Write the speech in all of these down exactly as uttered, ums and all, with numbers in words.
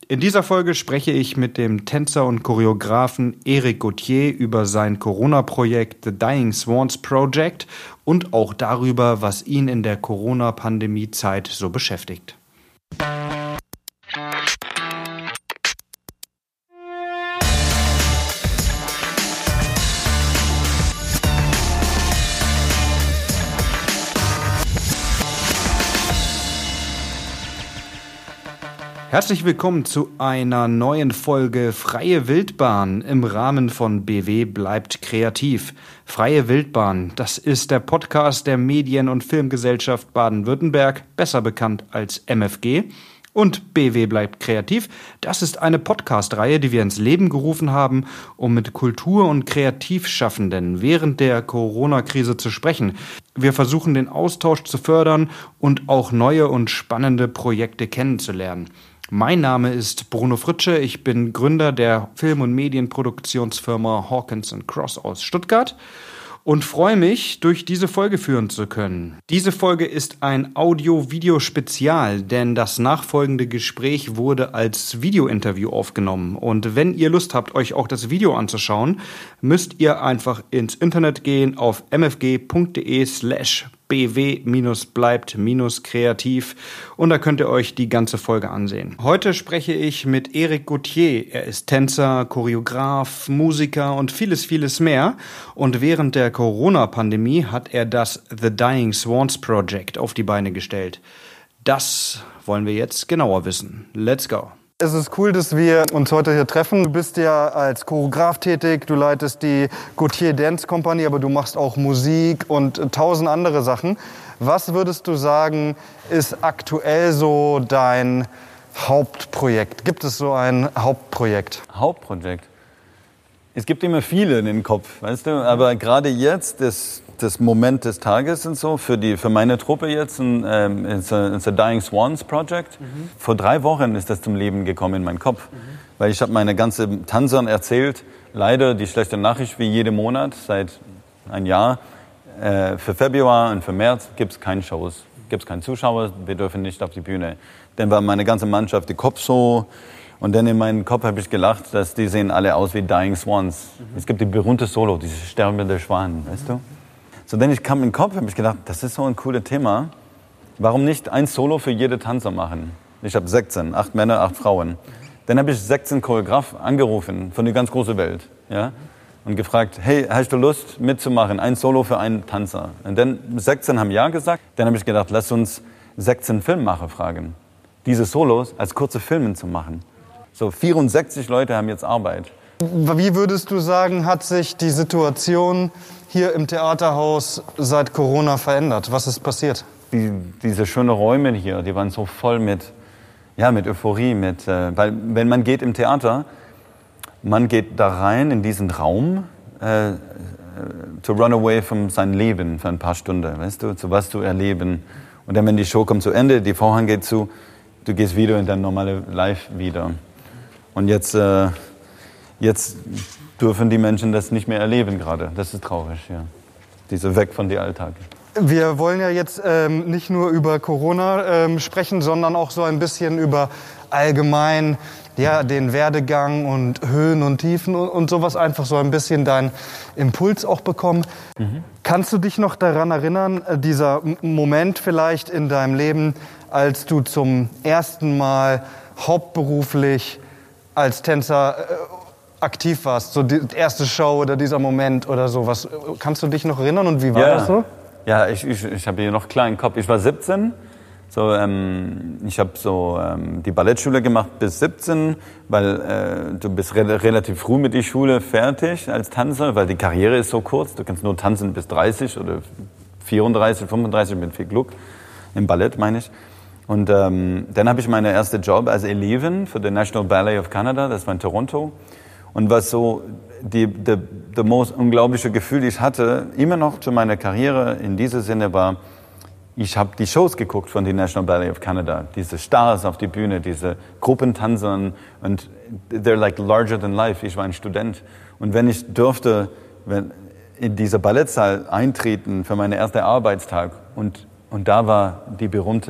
In dieser Folge spreche ich mit dem Tänzer und Choreografen Eric Gauthier über sein Corona-Projekt The Dying Swans Project und auch darüber, was ihn in der Corona-Pandemie-Zeit so beschäftigt. Herzlich willkommen zu einer neuen Folge Freie Wildbahn im Rahmen von B W bleibt kreativ. Freie Wildbahn, das ist der Podcast der Medien- und Filmgesellschaft Baden-Württemberg, besser bekannt als M F G. Und B W bleibt kreativ, das ist eine Podcast-Reihe, die wir ins Leben gerufen haben, um mit Kultur- und Kreativschaffenden während der Corona-Krise zu sprechen. Wir versuchen den Austausch zu fördern und auch neue und spannende Projekte kennenzulernen. Mein Name ist Bruno Fritsche, ich bin Gründer der Film- und Medienproduktionsfirma Hawkins and Cross aus Stuttgart und freue mich, durch diese Folge führen zu können. Diese Folge ist ein Audio-Video-Spezial, denn das nachfolgende Gespräch wurde als Video-Interview aufgenommen. Und wenn ihr Lust habt, euch auch das Video anzuschauen, müsst ihr einfach ins Internet gehen auf mfg.de slash bw-bleibt-kreativ und da könnt ihr euch die ganze Folge ansehen. Heute spreche ich mit Eric Gauthier. Er ist Tänzer, Choreograf, Musiker und vieles, vieles mehr. Und während der Corona-Pandemie hat er das The Dying Swans Project auf die Beine gestellt. Das wollen wir jetzt genauer wissen. Let's go! Es ist cool, dass wir uns heute hier treffen. Du bist ja als Choreograf tätig, du leitest die Gauthier Dance Company, aber du machst auch Musik und tausend andere Sachen. Was würdest du sagen, ist aktuell so dein Hauptprojekt? Gibt es so ein Hauptprojekt? Hauptprojekt? Es gibt immer viele in den Kopf, weißt du, aber gerade jetzt, das, das Moment des Tages und so, für, die, für meine Truppe jetzt, ähm, ist ein Dying Swans Project. Mhm. Vor drei Wochen ist das zum Leben gekommen in meinen Kopf, mhm. weil ich habe meine ganze Tanzern erzählt, leider die schlechte Nachricht wie jeden Monat, seit ein Jahr, äh, für Februar und für März gibt es keine Shows, gibt es keine Zuschauer, wir dürfen nicht auf die Bühne. Dann war meine ganze Mannschaft die Kopf so. Und dann in meinem Kopf habe ich gelacht, dass die sehen alle aus wie Dying Swans. Mhm. Es gibt die berühmte Solo, diese sterbende Schwan, weißt du? So, dann ich kam in den Kopf, habe ich gedacht, das ist so ein cooles Thema. Warum nicht ein Solo für jede Tanzer machen? Ich habe sechzehn, acht Männer, acht Frauen. Dann habe ich sechzehn Choreograf angerufen von der ganz großen Welt, ja, und gefragt, hey, hast du Lust mitzumachen, ein Solo für einen Tanzer? Und dann sechzehn haben ja gesagt. Dann habe ich gedacht, lass uns sechzehn Filmemacher fragen, diese Solos als kurze Filme zu machen. So vierundsechzig Leute haben jetzt Arbeit. Wie würdest du sagen, hat sich die Situation hier im Theaterhaus seit Corona verändert? Was ist passiert? Die, diese schönen Räume hier, die waren so voll mit, ja, mit Euphorie. Mit, äh, weil wenn man geht im Theater, man geht da rein in diesen Raum, äh, to run away from sein Leben für ein paar Stunden, weißt du, zu was zu erleben. Und dann, wenn die Show kommt zu Ende, die Vorhang geht zu, du gehst wieder in dein normale Life wieder. Und jetzt, äh, jetzt dürfen die Menschen das nicht mehr erleben gerade. Das ist traurig, ja. Diese weg von dem Alltag. Wir wollen ja jetzt ähm, nicht nur über Corona ähm, sprechen, sondern auch so ein bisschen über allgemein ja, den Werdegang und Höhen und Tiefen und, und sowas. Einfach so ein bisschen deinen Impuls auch bekommen. Mhm. Kannst du dich noch daran erinnern, dieser Moment vielleicht in deinem Leben, als du zum ersten Mal hauptberuflich als Tänzer äh, aktiv warst, so die erste Show oder dieser Moment oder sowas. Kannst du dich noch erinnern und wie war ja. das so? Ja, ich, ich, ich habe hier noch kleinen Kopf. Ich war siebzehn. So, ähm, ich habe so ähm, die Ballettschule gemacht bis siebzehn, weil äh, du bist re- relativ früh mit der Schule fertig als Tanzer, weil die Karriere ist so kurz. Du kannst nur tanzen bis dreißig oder vierunddreißig, fünfunddreißig mit viel Glück. Im Ballett meine ich. Und ähm, dann habe ich meinen ersten Job als Elevin für den National Ballet of Canada, das war in Toronto. Und was so die, die, die most unglaubliche Gefühl, die ich hatte, immer noch zu meiner Karriere in diesem Sinne war, ich habe die Shows geguckt von den National Ballet of Canada, diese Stars auf die Bühne, diese Gruppentanzern und they're like larger than life. Ich war ein Student und wenn ich durfte wenn, in diese Ballettsaal eintreten für meinen ersten Arbeitstag und, und da war die berühmte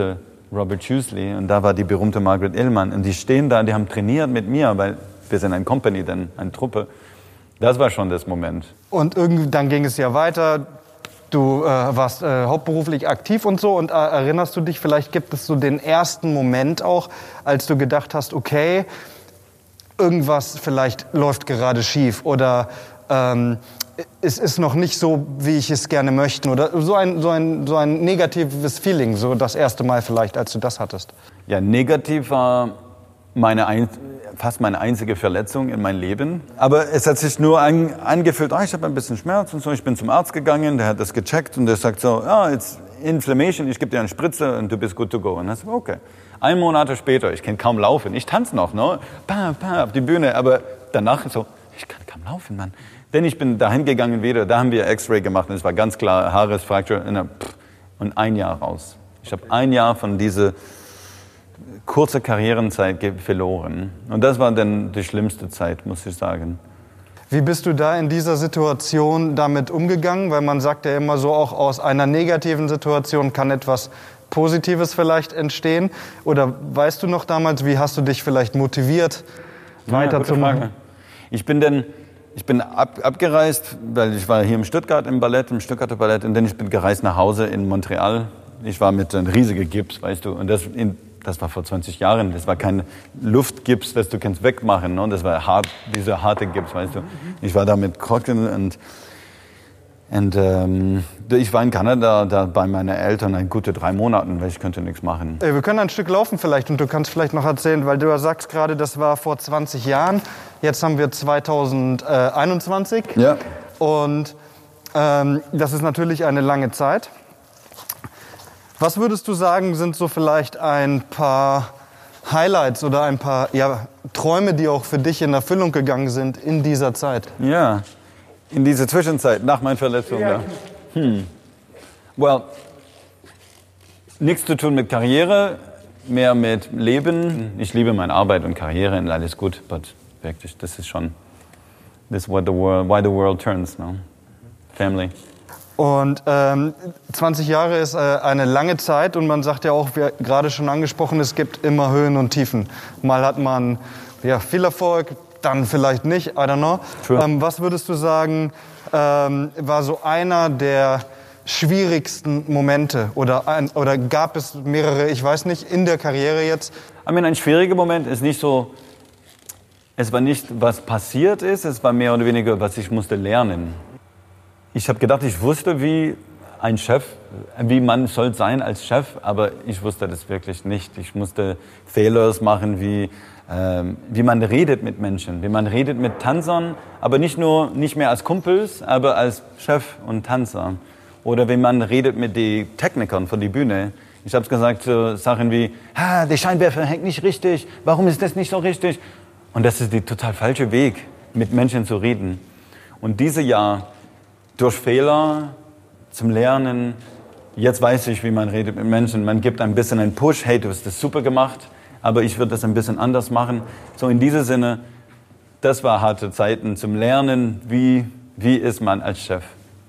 Robert Schusley und da war die berühmte Margaret Illman und die stehen da, die haben trainiert mit mir, weil wir sind eine Company, dann eine Truppe. Das war schon das Moment. Und irgendwie, dann ging es ja weiter. Du äh, warst äh, hauptberuflich aktiv und so. Und äh, erinnerst du dich, vielleicht gibt es so den ersten Moment auch, als du gedacht hast, okay, irgendwas vielleicht läuft gerade schief oder ähm, es ist noch nicht so, wie ich es gerne möchte. Oder so ein, so ein, so ein negatives Feeling, so das erste Mal vielleicht, als du das hattest. Ja, negativ war meine ein, fast meine einzige Verletzung in meinem Leben. Aber es hat sich nur an, angefühlt, oh, ich habe ein bisschen Schmerz und so. Ich bin zum Arzt gegangen, der hat das gecheckt und der sagt so, ja, oh, it's inflammation, ich gebe dir eine Spritze und du bist good to go. Und dann so, okay. Ein Monat später, ich kann kaum laufen, ich tanze noch, ne? Bam, bam, auf die Bühne, aber danach so, ich kann kaum laufen, Mann. Denn ich bin dahin gegangen wieder, da haben wir X-Ray gemacht und es war ganz klar, Haaresfraktur und ein Jahr raus. Ich habe ein Jahr von dieser kurzen Karrierenzeit verloren und das war dann die schlimmste Zeit, muss ich sagen. Wie bist du da in dieser Situation damit umgegangen? Weil man sagt ja immer so, auch aus einer negativen Situation kann etwas Positives vielleicht entstehen. Oder weißt du noch damals, wie hast du dich vielleicht motiviert, ja, weiterzumachen? Ich bin dann Ich bin ab, abgereist, weil ich war hier im Stuttgart im Ballett, im Stuttgarter Ballett, und dann ich bin gereist nach Hause in Montreal. Ich war mit einem riesigen Gips, weißt du, und das, in, das war vor zwanzig Jahren. Das war kein Luftgips, das du kannst wegmachen, ne? Das war hart, dieser harte Gips, weißt du. Ich war da mit Krücken und und ähm, ich war in Kanada da bei meinen Eltern ein gute drei Monaten, weil ich könnte nichts machen. Wir können ein Stück laufen vielleicht und du kannst vielleicht noch erzählen, weil du sagst gerade, das war vor zwanzig Jahren. Jetzt haben wir zweitausendeinundzwanzig ja. Und ähm, das ist natürlich eine lange Zeit. Was würdest du sagen, sind so vielleicht ein paar Highlights oder ein paar ja, Träume, die auch für dich in Erfüllung gegangen sind in dieser Zeit? Ja. In dieser Zwischenzeit, nach meiner Verletzung, ja. Hm. Well, nichts zu tun mit Karriere, mehr mit Leben. Ich liebe meine Arbeit und Karriere und alles gut, aber wirklich, das ist schon, this is what the world, why the world turns, no? Family. Und ähm, zwanzig Jahre ist äh, eine lange Zeit und man sagt ja auch, wie gerade schon angesprochen, es gibt immer Höhen und Tiefen. Mal hat man ja, viel Erfolg, dann vielleicht nicht, I don't know. Ähm, was würdest du sagen, ähm, war so einer der schwierigsten Momente oder, ein, oder gab es mehrere, ich weiß nicht, in der Karriere jetzt? I mean, ein schwieriger Moment ist nicht so, es war nicht, was passiert ist, es war mehr oder weniger, was ich musste lernen. Ich habe gedacht, ich wusste, wie ein Chef, wie man soll sein als Chef, aber ich wusste das wirklich nicht. Ich musste Fehler machen, wie Ähm, wie man redet mit Menschen, wie man redet mit Tänzern, aber nicht nur, nicht mehr als Kumpels, aber als Chef und Tänzer. Oder wie man redet mit den Technikern von der Bühne. Ich habe gesagt, so Sachen wie, ah, der Scheinwerfer hängt nicht richtig, warum ist das nicht so richtig? Und das ist der total falsche Weg, mit Menschen zu reden. Und dieses Jahr, durch Fehler zum Lernen, jetzt weiß ich, wie man redet mit Menschen. Man gibt ein bisschen einen Push, hey, du hast das super gemacht, aber ich würde das ein bisschen anders machen. So in diesem Sinne, das war harte Zeiten zum Lernen, wie, wie ist man als Chef.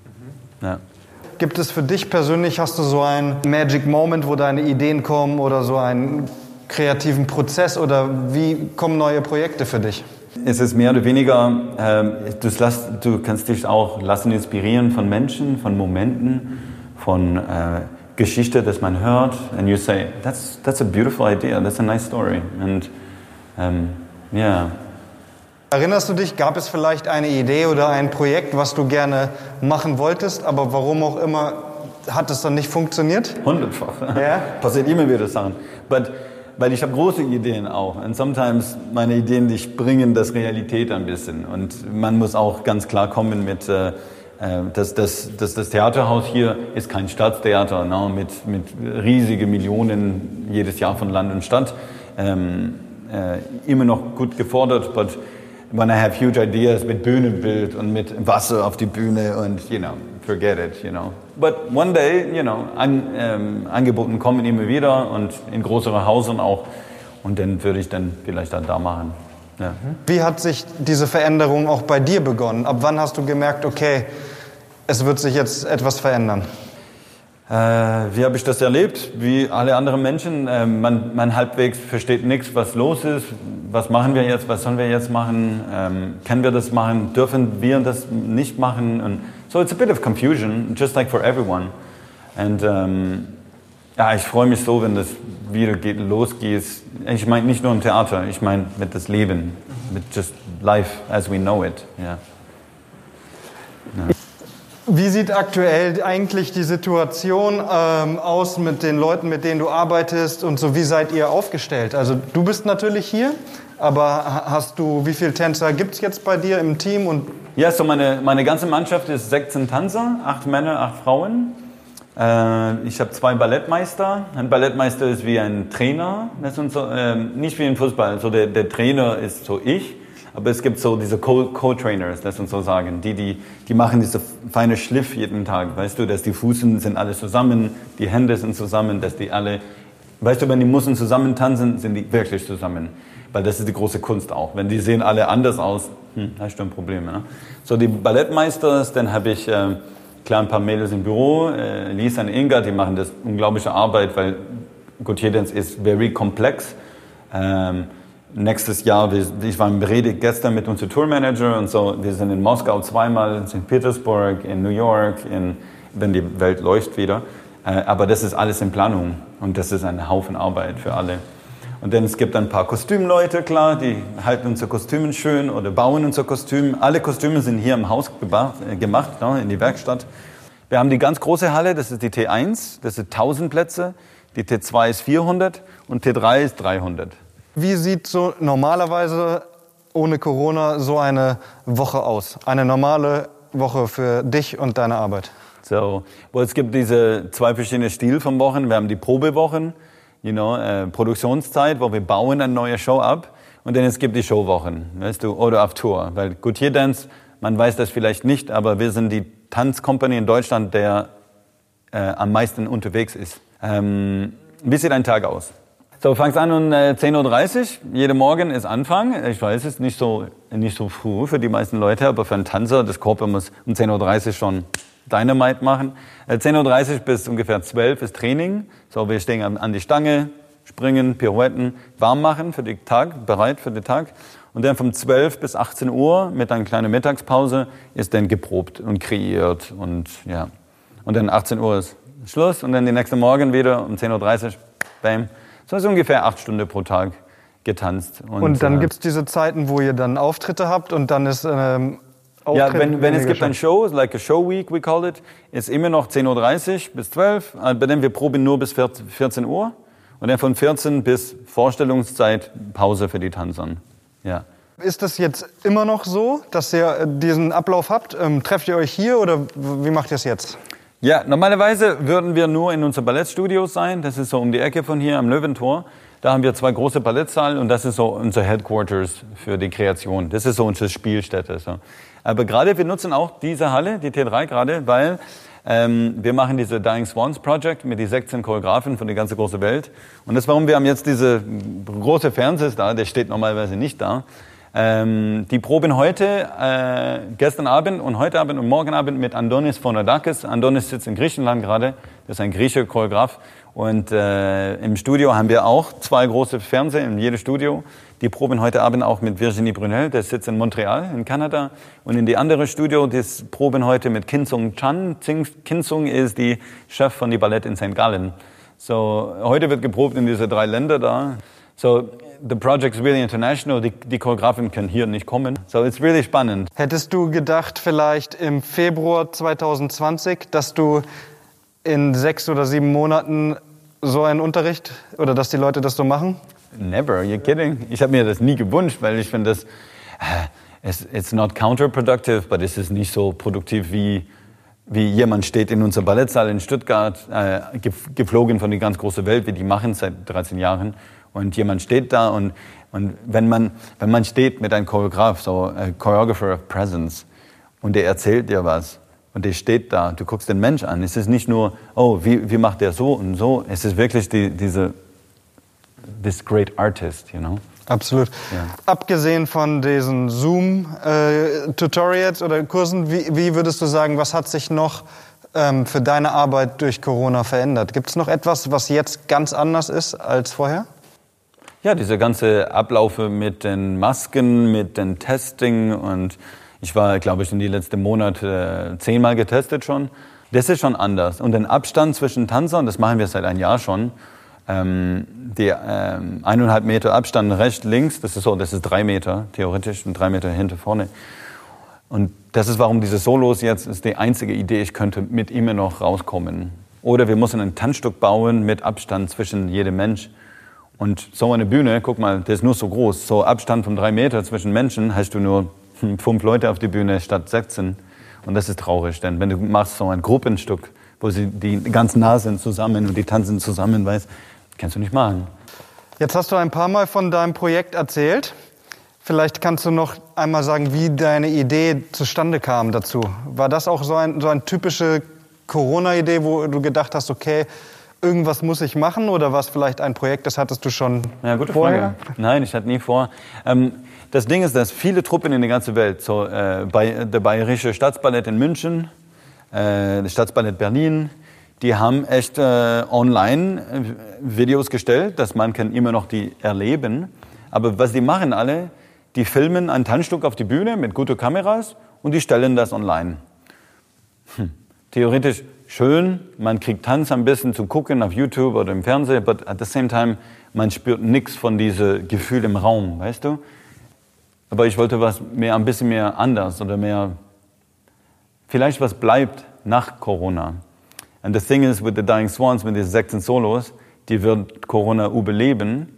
Ja. Gibt es für dich persönlich, hast du so einen Magic Moment, wo deine Ideen kommen oder so einen kreativen Prozess oder wie kommen neue Projekte für dich? Es ist mehr oder weniger, äh, du, lass, du kannst dich auch lassen inspirieren von Menschen, von Momenten, von äh, Geschichte, das man hört, and you say, that's that's a beautiful idea, that's a nice story, and um, yeah. Erinnerst du dich, gab es vielleicht eine Idee oder ein Projekt, was du gerne machen wolltest, aber warum auch immer hat es dann nicht funktioniert? Hundertfach. Ja? Passiert immer wieder Sachen. But, weil ich habe große Ideen auch, und sometimes meine Ideen, die bringen das Realität ein bisschen, und man muss auch ganz klar kommen mit äh, Das, das, das, das Theaterhaus hier ist kein Staatstheater, no, mit, mit riesigen Millionen jedes Jahr von Land und Stadt. Ähm, äh, immer noch gut gefordert, but when I have huge ideas mit Bühnenbild und mit Wasser auf die Bühne und, you know, forget it, you know. But one day, you know, an, ähm, Angeboten kommen immer wieder und in größeren Häusern auch, und dann würde ich dann vielleicht dann da machen. Ja. Wie hat sich diese Veränderung auch bei dir begonnen? Ab wann hast du gemerkt, okay, es wird sich jetzt etwas verändern? Äh, wie habe ich das erlebt? Wie alle anderen Menschen. Äh, man, man halbwegs versteht nichts, was los ist. Was machen wir jetzt? Was sollen wir jetzt machen? Ähm, können wir das machen? Dürfen wir das nicht machen? Und so it's a bit of confusion, just like for everyone. Und ähm, ja, ich freue mich so, wenn das wieder geht, losgeht. Ich meine nicht nur im Theater, ich meine mit das Leben, mit just life as we know it. Yeah. Ja. Wie sieht aktuell eigentlich die Situation ähm, aus mit den Leuten, mit denen du arbeitest und so? Wie seid ihr aufgestellt? Also du bist natürlich hier, aber hast du, wie viele Tänzer gibt es jetzt bei dir im Team? Und ja, so meine, meine ganze Mannschaft ist sechzehn Tänzer, acht Männer, acht Frauen. Äh, ich habe zwei Ballettmeister. Ein Ballettmeister ist wie ein Trainer, das ist so, äh, nicht wie im Fußball. So der, der Trainer ist so ich. Aber es gibt so diese Co-Trainers, lass uns so sagen, die, die, die machen diese feine Schliff jeden Tag, weißt du, dass die Füße sind alle zusammen, die Hände sind zusammen, dass die alle, weißt du, wenn die Muskeln zusammen tanzen, sind die wirklich zusammen, weil das ist die große Kunst auch. Wenn die sehen alle anders aus, hm, hast du ein Problem. Ne? So die Ballettmeisters, dann habe ich äh, klar ein paar Mädels im Büro, äh, Lisa und Inga, die machen das unglaubliche Arbeit, weil Gautier Dance ist very komplex. Ähm, Nächstes Jahr, ich war in Venedig gestern mit unserem Tourmanager und so, wir sind in Moskau zweimal, in Sankt Petersburg, in New York, in, wenn die Welt läuft wieder. Aber das ist alles in Planung und das ist ein Haufen Arbeit für alle. Und dann es gibt ein paar Kostümleute, klar, die halten unsere Kostüme schön oder bauen unsere Kostüme. Alle Kostüme sind hier im Haus gemacht, in die Werkstatt. Wir haben die ganz große Halle, das ist die T eins, das sind tausend Plätze, die T zwei ist vierhundert und T drei ist dreihundert. Wie sieht so normalerweise ohne Corona so eine Woche aus? Eine normale Woche für dich und deine Arbeit? So, well, es gibt diese zwei verschiedene Stile von Wochen. Wir haben die Probewochen, you know, äh, Produktionszeit, wo wir bauen eine neue Show ab. Und dann es gibt die Showwochen, weißt du, oder auf Tour. Weil Gautier Dance, man weiß das vielleicht nicht, aber wir sind die Tanzcompany in Deutschland, der äh, am meisten unterwegs ist. Ähm, wie sieht ein Tag aus? So, fangst an um äh, zehn Uhr dreißig, jeden Morgen ist Anfang. Ich weiß, es ist nicht so, nicht so früh für die meisten Leute, aber für einen Tanzer, das Körper muss um zehn Uhr dreißig schon Dynamite machen. Äh, zehn Uhr dreißig bis ungefähr zwölf ist Training. So, wir stehen an, an die Stange, springen, Pirouetten, warm machen für den Tag, bereit für den Tag. Und dann von zwölf bis achtzehn Uhr mit einer kleinen Mittagspause ist dann geprobt und kreiert. Und, ja. Und dann achtzehn Uhr ist Schluss und dann den nächsten Morgen wieder um zehn Uhr dreißig, bam. So ist ungefähr acht Stunden pro Tag getanzt. Und, und dann äh, gibt es diese Zeiten, wo ihr dann Auftritte habt und dann ist ähm, Auftritt ja, wenn, wenn es gibt schon. ein Show, like a Show Week, we call it, ist immer noch zehn Uhr dreißig bis zwölf, aber dann wir proben nur bis vierzehn Uhr und dann von vierzehn bis Vorstellungszeit Pause für die Tanzer. Ja. Ist das jetzt immer noch so, dass ihr diesen Ablauf habt? Ähm, trefft ihr euch hier oder wie macht ihr es jetzt? Ja, normalerweise würden wir nur in unseren Ballettstudios sein. Das ist so um die Ecke von hier am Löwentor. Da haben wir zwei große Ballettsäle und das ist so unser Headquarters für die Kreation. Das ist so unsere Spielstätte. So. Aber gerade wir nutzen auch diese Halle, die T drei gerade, weil ähm, wir machen diese Dying Swans Project mit den sechzehn Choreografen von der ganzen großen Welt. Und das warum wir haben jetzt diese große Fernseher da, der steht normalerweise nicht da. Ähm, die proben heute, äh, gestern Abend und heute Abend und morgen Abend mit Andonis Phonadakis. Andonis sitzt in Griechenland gerade, das ist ein griechischer Choreograf. Und äh, im Studio haben wir auch zwei große Fernseher in jedem Studio. Die proben heute Abend auch mit Virginie Brunel, der sitzt in Montreal in Kanada. Und in die andere Studio, das proben heute mit Kin Sung Chan. Kin Sung ist die Chef von die Ballett in Sankt Gallen. So, heute wird geprobt in diese drei Länder da. So, the project is really international. Die, die Choreografen können hier nicht kommen. So, it's really spannend. Hättest du gedacht, vielleicht im Februar zwanzig zwanzig, dass du in sechs oder sieben Monaten so einen Unterricht oder dass die Leute das so machen? Never, you're kidding. Ich habe mir das nie gewünscht, weil ich finde das, it's, it's not counterproductive, but es ist nicht so produktiv wie wie jemand steht in unserer Ballettsaal in Stuttgart, äh, geflogen von der ganz großen Welt, wie die machen seit dreizehn Jahren. Und jemand steht da und, und wenn, man, wenn man steht mit einem Choreograf, so ein Choreographer of Presence, und der erzählt dir was und der steht da, du guckst den Mensch an, es ist nicht nur, oh, wie, wie macht der so und so, es ist wirklich die, diese, this great artist, you know. Absolut. Ja. Abgesehen von diesen Zoom-Tutorials äh, oder Kursen, wie, wie würdest du sagen, was hat sich noch ähm, für deine Arbeit durch Corona verändert? Gibt es noch etwas, was jetzt ganz anders ist als vorher? Ja, diese ganze Abläufe mit den Masken, mit den Testing und ich war, glaube ich, in den letzten Monaten zehnmal getestet schon. Das ist schon anders. Und den Abstand zwischen Tanzern, das machen wir seit einem Jahr schon. Ähm, die ähm, eineinhalb Meter Abstand rechts, links, das ist so, das ist drei Meter theoretisch und drei Meter hinter vorne. Und das ist, warum diese Solos jetzt ist die einzige Idee, ich könnte mit immer noch rauskommen. Oder wir müssen ein Tanzstück bauen mit Abstand zwischen jedem Mensch. Und so eine Bühne, guck mal, das ist nur so groß. So Abstand von drei Meter zwischen Menschen hast du nur fünf Leute auf die Bühne statt sechzehn. Und das ist traurig, denn wenn du machst so ein Gruppenstück, wo sie die ganz nah sind zusammen und die tanzen zusammen, weißt, kannst du nicht machen. Jetzt hast du ein paar Mal von deinem Projekt erzählt. Vielleicht kannst du noch einmal sagen, wie deine Idee zustande kam dazu. War das auch so ein, so eine typische Corona-Idee, wo du gedacht hast, okay, irgendwas muss ich machen, oder war es vielleicht ein Projekt, das hattest du schon ja, gute vorher? Frage. Nein, ich hatte nie vor. Ähm, das Ding ist, dass viele Truppen in der ganzen Welt, so äh, bei der Bayerische Staatsballett in München, äh, das Staatsballett Berlin, die haben echt äh, online Videos gestellt, dass man kann immer noch die erleben. Aber was die machen alle, die filmen ein Tanzstück auf die Bühne mit guten Kameras und die stellen das online. Hm. Theoretisch schön, man kriegt Tanz ein bisschen zu gucken auf YouTube oder im Fernsehen, but at the same time, man spürt nichts von diesem Gefühl im Raum, weißt du? Aber ich wollte was mehr, ein bisschen mehr anders oder mehr, vielleicht was bleibt nach Corona. And the thing is, with the Dying Swans, mit diesen sechzehn Solos, die wird Corona überleben.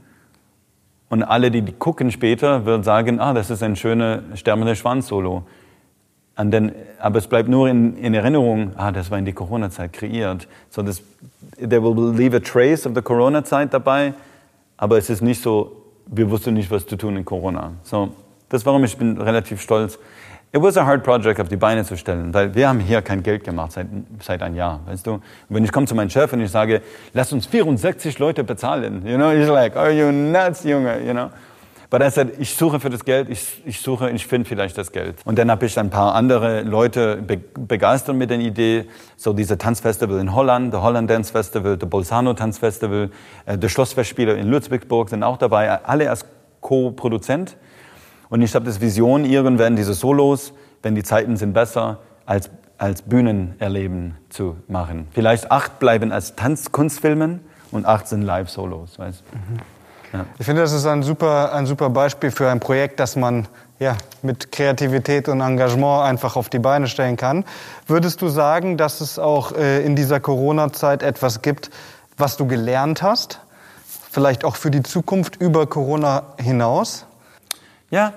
Und alle, die gucken später, werden sagen, ah, das ist ein schöner sterbender Schwanz-Solo. Und dann, aber es bleibt nur in, in Erinnerung, ah, das war in die Corona-Zeit kreiert. So das, they will leave a trace of the Corona-Zeit dabei, aber es ist nicht so, wir wussten nicht, was zu tun in Corona. So, das ist, warum ich bin relativ stolz. It was a hard project auf die Beine zu stellen, weil wir haben hier kein Geld gemacht seit, seit einem Jahr, weißt du. Und wenn ich komme zu meinem Chef und ich sage, lass uns vierundsechzig Leute bezahlen, you know, he's like, are you nuts, Junge, you know. But I said, ich suche für das Geld, ich, ich suche, ich finde vielleicht das Geld. Und dann habe ich ein paar andere Leute be- begeistert mit der Idee, so diese Tanzfestival in Holland, der Holland Dance Festival, der Bolzano Tanzfestival, äh, der Schlossfestspiele in Ludwigsburg sind auch dabei, alle als Co-Produzent. Und ich habe das Vision, irgendwann diese Solos, wenn die Zeiten sind besser, als, als Bühnenerleben zu machen. Vielleicht acht bleiben als Tanzkunstfilmen und acht sind Live-Solos, weißt du. Mhm. Ja. Ich finde, das ist ein super, ein super Beispiel für ein Projekt, das man ja, mit Kreativität und Engagement einfach auf die Beine stellen kann. Würdest du sagen, dass es auch äh, in dieser Corona-Zeit etwas gibt, was du gelernt hast? Vielleicht auch für die Zukunft über Corona hinaus? Ja,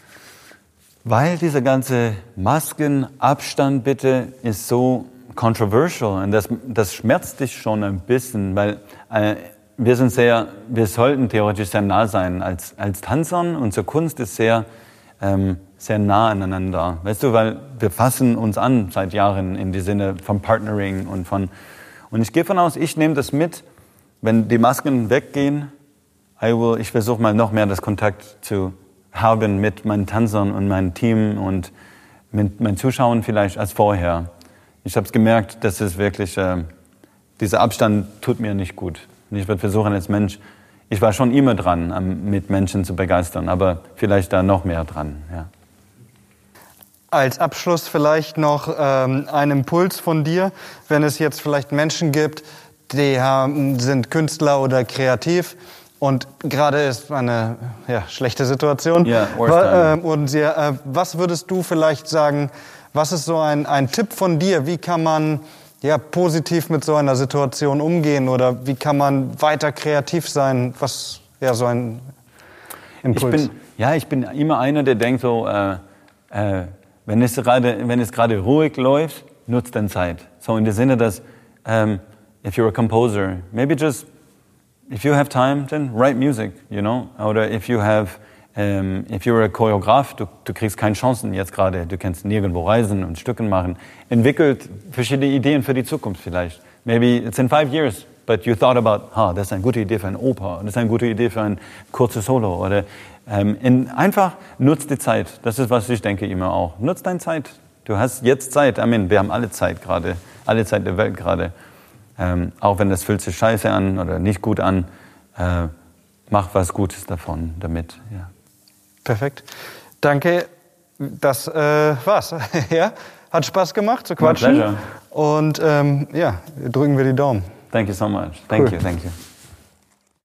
weil diese ganze Maskenabstand bitte ist so controversial und das, das schmerzt dich schon ein bisschen, weil äh, wir sind sehr, wir sollten theoretisch sehr nah sein als, als Tanzern. Unsere Kunst ist sehr, ähm, sehr nah aneinander, weißt du, weil wir fassen uns an seit Jahren in die Sinne von Partnering und von, und ich gehe von aus, ich nehme das mit, wenn die Masken weggehen, I will, ich versuche mal noch mehr das Kontakt zu haben mit meinen Tanzern und meinem Team und mit meinen Zuschauern vielleicht als vorher. Ich habe es gemerkt, dass es wirklich, äh, dieser Abstand tut mir nicht gut. Und ich werde versuchen als Mensch, ich war schon immer dran, um, mit Menschen zu begeistern, aber vielleicht da noch mehr dran. Ja. Als Abschluss vielleicht noch ähm, ein Impuls von dir, wenn es jetzt vielleicht Menschen gibt, die haben, sind Künstler oder kreativ, und gerade ist eine ja, schlechte Situation. Yeah, Wa- äh, und sie, äh, was würdest du vielleicht sagen, was ist so ein, ein Tipp von dir? Wie kann man ja, positiv mit so einer Situation umgehen? Oder wie kann man weiter kreativ sein? Was ja so ein Impuls? Ich bin, ja, ich bin immer einer, der denkt so, äh, äh, wenn es gerade, wenn es gerade ruhig läuft, nutzt dann Zeit. So in dem Sinne, dass um, if you're a composer, maybe just if you have time, then write music, you know. Oder if you have, um, if you're a Choreograf, du, du kriegst keine Chancen jetzt gerade, du kannst nirgendwo reisen und Stücken machen. Entwickelt verschiedene Ideen für die Zukunft vielleicht. Maybe it's in five years, but you thought about, ah, das ist eine gute Idee für eine Oper, das ist eine gute Idee für ein kurzes Solo. Oder um, in, einfach nutzt die Zeit. Das ist, was ich denke immer auch. Nutz deine Zeit. Du hast jetzt Zeit. I mean, wir haben alle Zeit gerade. alle Zeit der Welt gerade. Ähm, auch wenn das fühlt sich scheiße an oder nicht gut an, äh, mach was Gutes davon damit. Ja. Perfekt. Danke. Das äh, war's. Ja, hat Spaß gemacht zu quatschen. My pleasure. Und ähm, ja, drücken wir die Daumen. Thank you so much. Thank Cool. you, thank you.